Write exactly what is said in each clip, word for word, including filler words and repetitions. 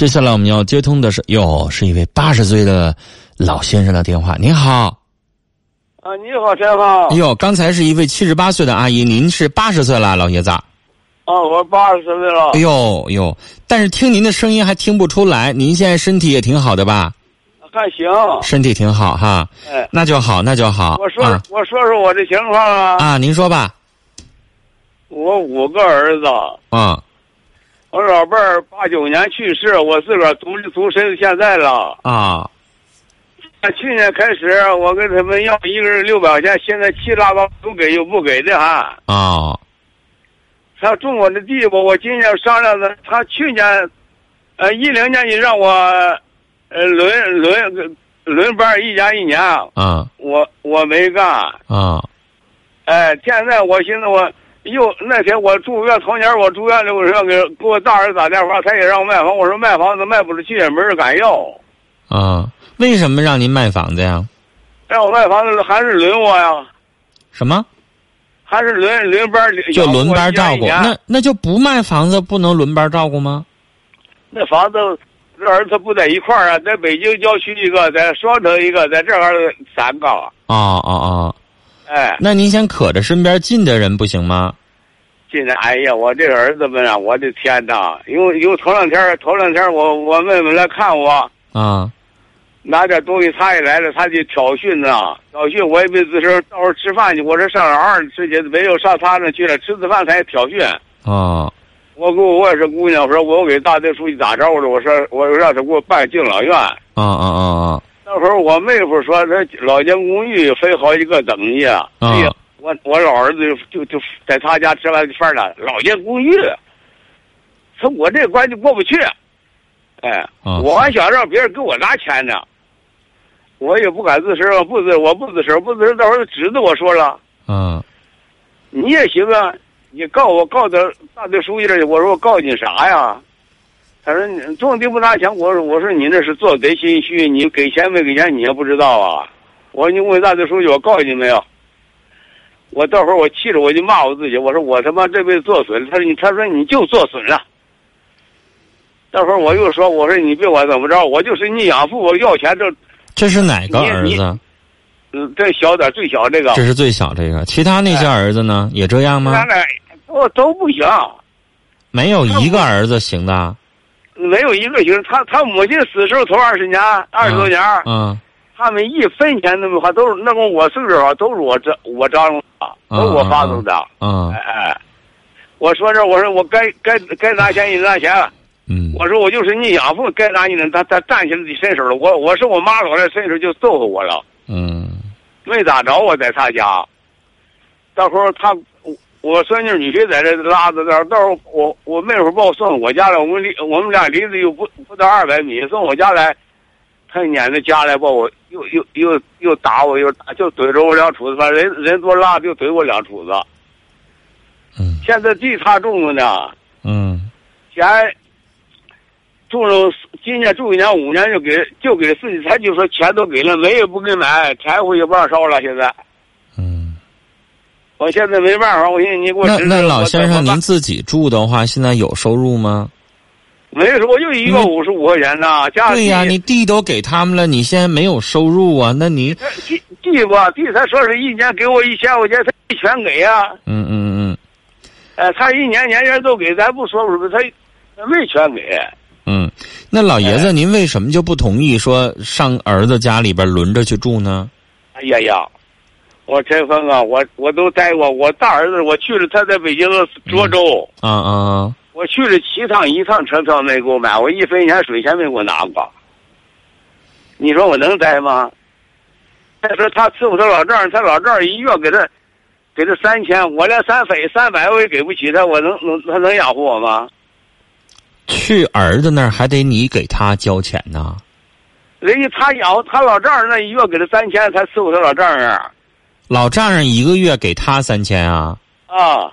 接下来我们要接通的是，哟，是一位八十岁的老先生的电话。您好。 啊，你好，陈芳。 哟，刚才是一位七十八岁的阿姨，您是八十岁了，老爷子。 啊，我八十岁了。 哎呦呦，但是听您的声音还听不出来，您现在身体也挺好的吧？ 还行。 身体挺好哈。 哎， 那就好，那就好。 我说、 啊、 我说说我的情况啊。 啊，您说吧。 我五个儿子。 啊。 我老伴儿八九年去世，我自个儿独立独身现在了。 啊。 去年开始，我跟他们要一个人六百块钱，现在七拉八不给又不给的哈。 啊。 他种我的地吧，我今年商量的，他去年，呃，一零年你让我，呃，轮轮轮班一家一年。 啊。 我我没干。 啊。 哎，现在我寻思我又那天我住院头年我住院的，我说给给我大儿子打电话，他也让我卖房，我说卖房子卖不出去，也没人敢要。 啊。为什么让您卖房子呀？ 让我卖房子还是轮我呀？ 什么？ 还是轮轮班？ 就轮班照顾？那那就不卖房子，不能轮班照顾吗？ 那房子这儿子不在一块儿啊，在北京郊区一个，在双城一个，在这儿三个。 哦哦哦。 哎。 那您先可着身边近的人不行吗？ 近的，哎呀，我这个儿子们啊，我的天哪！有有头两天，头两天我我妹妹来看我。 啊。 拿点东西，他也来了，他就挑衅呢，挑衅我也没吱声。到时候吃饭去，我说上哪儿吃去，没有上他那去了，吃次饭他也挑衅。 哦。 我给我我也是姑娘，我说我给大队书记打招呼了，我说我让他给我办敬老院。 啊啊啊啊！ 那会儿我妹夫说这老年公寓分好几个等级啊。哎呀，我我老儿子就就就在他家吃完饭了，老年公寓，说我这关就过不去。哎，我还想让别人给我拿钱呢。我也不敢吱声，不吱，我不吱声，不吱声，到时候指着我说了。 嗯， 你也行啊，你告我告到大队书记这里，我说我告你啥呀？他说你种地不拿钱，我说我说你那是做贼心虚，你给钱没给钱你也不知道啊。我说你问大队书记，我告你没有？我到会儿我气着我就骂我自己，我说我他妈这辈子做损了。他说你，他说你就做损了。到会儿我又说，我说你别管怎么着，我就是你养父，我要钱这。 这是哪个儿子？ 嗯，这小点，最小这个。 这是最小这个，其他那些儿子呢？哎、也这样吗？ 都都不行。 没有一个儿子行的。 没有一个行，他他母亲死时候头二十年，二十多年。 嗯。 他们一分钱都没花，都是那个我岁数啊，都是我这我张罗的，都是我发动的。 嗯。 哎哎，我说这，我说我该该该拿钱你拿钱。 嗯， 我说我就是你养父，该拿你的，他他站起来就伸手了。我我是我妈老来伸手就揍我了。 嗯， 没咋着，我在他家。到时候他我孙女女婿在这拉着那儿，到时候我我妹夫把我送我家来，我们离我们俩离得又不不到二百米，送我家来，他撵着家来把我又又又又打我又打，就怼着我两杵子，反正人人多拉就怼我两杵子。 嗯， 现在地他种的呢。 嗯， 钱。种了，今年种一年五年就给就给自己，他就说钱都给了，煤也不给买，柴火也不让烧了。现在， 嗯， 我现在没办法，我寻思你给我那那老先生，您自己住的话，现在有收入吗？ 没有，我就一个五十五块钱呐。加对呀，你地都给他们了，你现在没有收入啊？那你地地吧，地他说是一年给我一千块钱，他全给呀。 嗯嗯嗯。 哎，他一年年年都给，咱不说不是他他没全给。 嗯，那老爷子，哎、您为什么就不同意说上儿子家里边轮着去住呢？ 哎呀呀，我陈峰啊，我我都待过，我大儿子我去了，他在北京涿州。 啊啊、嗯！嗯、 我去了七趟，一趟车票没给我买，我一分钱水钱没给我拿过。你说我能待吗？再说他伺候他老丈人，他老丈人一月给他给他三千，我连三百三百我也给不起他，我能能他能养活我吗？ 去儿子那儿还得你给他交钱呢。 人家他养他老丈人那一月给他三千，才伺候他老丈人。 老丈人一个月给他三千啊？ 啊！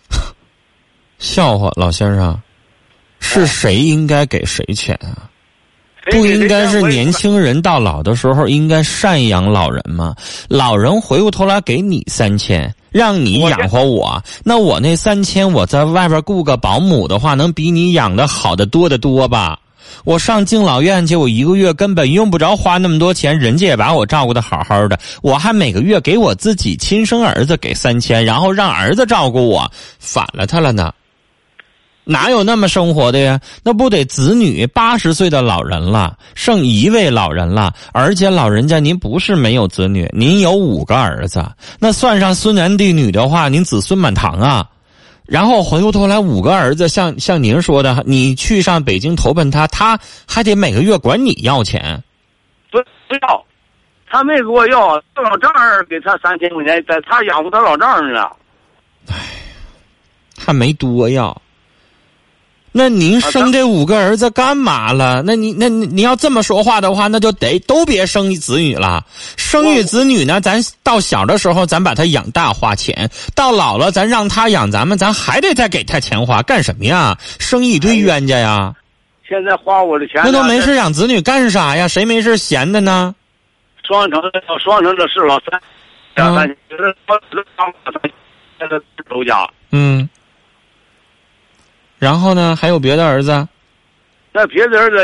笑话，老先生，是谁应该给谁钱啊？不应该是年轻人到老的时候应该赡养老人吗？老人回过头来给你三千，让你养活我，那我那三千我在外边雇个保姆的话，能比你养的好的多得多吧？ 我上敬老院去，我一个月根本用不着花那么多钱，人家也把我照顾得好好的，我还每个月给我自己亲生儿子给三千，然后让儿子照顾我，反了他了呢。哪有那么生活的呀？那不得子女八十岁的老人了，剩一位老人了，而且老人家您不是没有子女，您有五个儿子，那算上孙男弟女的话，您子孙满堂啊。然后回过头来五个儿子，像像您说的，你去上北京投奔他，他还得每个月管你要钱。 不不要，他没给我要，老丈人给他三千块钱，在他养活他老丈人呢。 哎，还没多要。那您生这五个儿子干嘛了？那你那你要这么说话的话，那就得都别生子女了。生育子女呢，咱到小的时候咱把他养大花钱，到老了咱让他养咱们，咱还得再给他钱花，干什么呀？生一堆冤家呀！ 现在花我的钱， 那都没事养子女干啥呀？谁没事闲的呢？ 双城双城的是老三，两三就是现在周家。 嗯。然后呢？还有别的儿子？ 那别的儿子，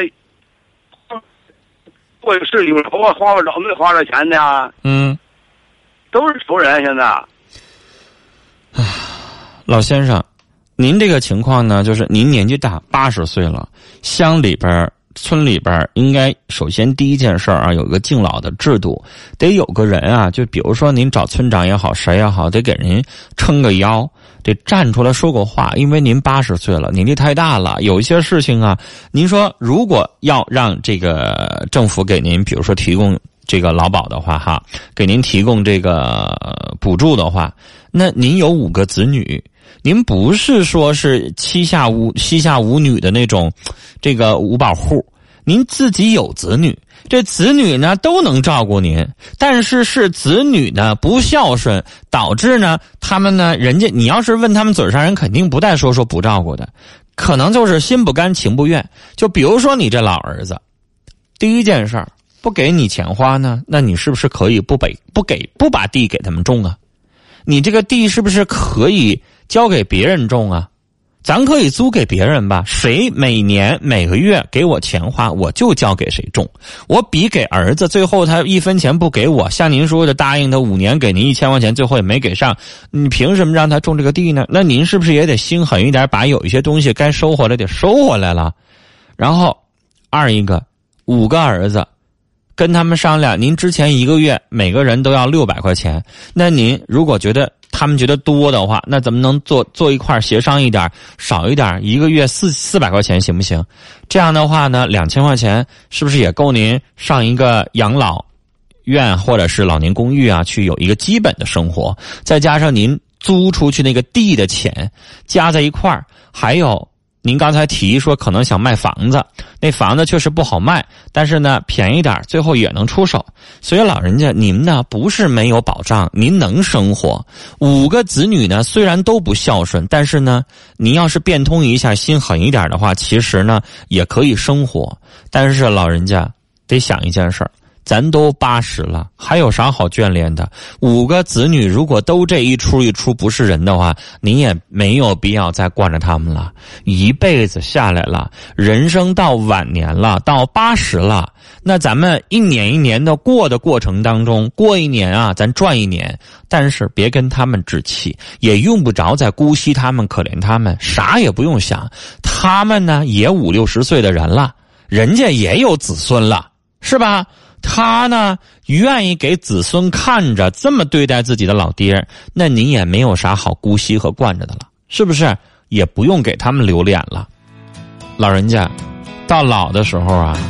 过去是有花花着没花着钱的呀？ 嗯， 都是仇人现在。 唉，老先生，您这个情况呢，就是您年纪大，八十岁了，乡里边、村里边应该首先第一件事啊，有一个敬老的制度，得有个人啊，就比如说您找村长也好，谁也好，得给人撑个腰。得站出来说过话，因为您八十岁了，年纪太大了，有一些事情啊，您说如果要让这个政府给您，比如说提供这个劳保的话，哈，给您提供这个补助的话，那您有五个子女，您不是说是膝下无膝下无女的那种，这个五保户，您自己有子女。这子女呢都能照顾您，但是是子女呢不孝顺，导致呢他们呢人家你要是问他们嘴上人肯定不带说说不照顾的，可能就是心不甘情不愿。就比如说你这老儿子，第一件事儿不给你钱花呢，那你是不是可以不给不给不把地给他们种啊？你这个地是不是可以交给别人种啊？咱可以租给别人吧，谁每年每个月给我钱花，我就交给谁种。我比给儿子，最后他一分钱不给我，像您说的答应他五年给您一千块钱，最后也没给上，你凭什么让他种这个地呢？那您是不是也得心狠一点，把有一些东西该收回来得收回来了？然后二一个，五个儿子跟他们商量，您之前一个月每个人都要六百块钱，那您如果觉得他们觉得多的话，那咱们能做做一块协商一点，少一点，一个月四四百块钱行不行？这样的话呢，两千块钱是不是也够您上一个养老院或者是老年公寓啊，去有一个基本的生活？再加上您租出去那个地的钱，加在一块儿，还有您刚才提说可能想卖房子，那房子确实不好卖，但是呢便宜点，最后也能出手。所以老人家您呢不是没有保障，您能生活。五个子女呢虽然都不孝顺，但是呢您要是变通一下，心狠一点的话，其实呢也可以生活。但是老人家得想一件事儿，咱都八十了，还有啥好眷恋的？五个子女如果都这一出一出不是人的话，您也没有必要再惯着他们了。一辈子下来了，人生到晚年了，到八十了，那咱们一年一年的过的过程当中，过一年啊，咱赚一年，但是别跟他们置气，也用不着再姑息他们、可怜他们，啥也不用想。他们呢也五六十岁的人了，人家也有子孙了，是吧？他呢愿意给子孙看着这么对待自己的老爹，那您也没有啥好姑息和惯着的了，是不是？也不用给他们留脸了。老人家到老的时候啊，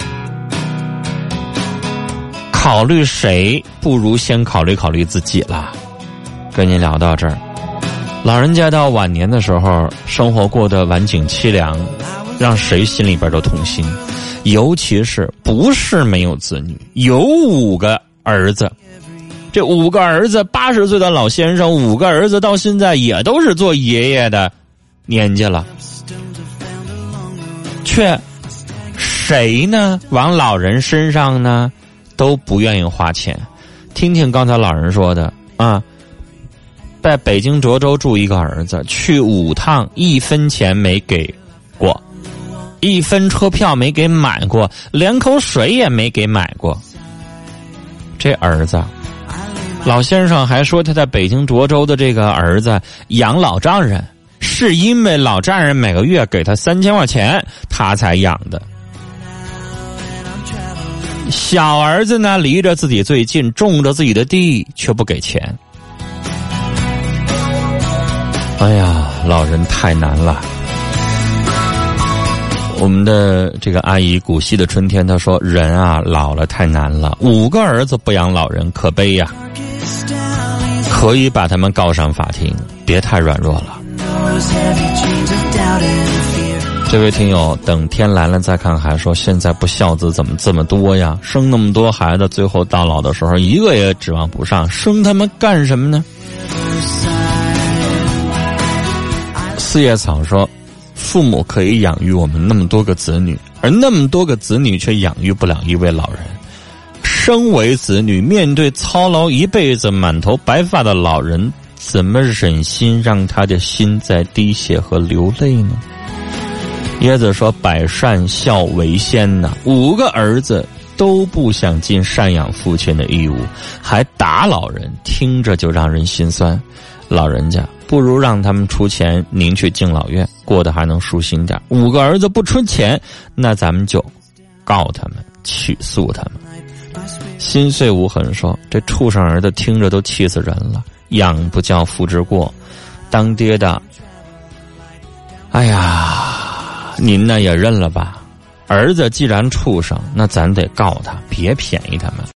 考虑谁不如先考虑考虑自己了。跟您聊到这儿，老人家到晚年的时候，生活过得晚景凄凉，让谁心里边都痛心。尤其是不是没有子女，有五个儿子，这五个儿子八十岁的老先生，五个儿子到现在也都是做爷爷的年纪了，却谁呢往老人身上呢都不愿意花钱。听听刚才老人说的啊，在北京涿州住一个儿子，去五趟一分钱没给过。 一分车票没给买过，连口水也没给买过。这儿子，老先生还说他在北京涿州的这个儿子养老丈人，是因为老丈人每个月给他三千块钱，他才养的。小儿子呢，离着自己最近，种着自己的地，却不给钱。哎呀，老人太难了。我们的这个阿姨古稀的春天，她说人啊老了太难了，五个儿子不养老人可悲呀，可以把他们告上法庭，别太软弱了。这位听友等天蓝了再看还说，现在不孝子怎么这么多呀，生那么多孩子，最后到老的时候一个也指望不上，生他们干什么呢？四叶草说，父母可以养育我们那么多个子女，而那么多个子女却养育不了一位老人。身为子女，面对操劳一辈子满头白发的老人，怎么忍心让他的心在滴血和流泪呢？椰子说，百善孝为先呐，五个儿子都不想尽赡养父亲的义务，还打老人，听着就让人心酸。老人家不如让他们出钱，您去敬老院，过得还能舒心点。五个儿子不出钱，那咱们就告他们，起诉他们。心碎无痕说，这畜生儿子听着都气死人了，养不教父之过，当爹的，哎呀，您呢也认了吧，儿子既然畜生，那咱得告他，别便宜他们。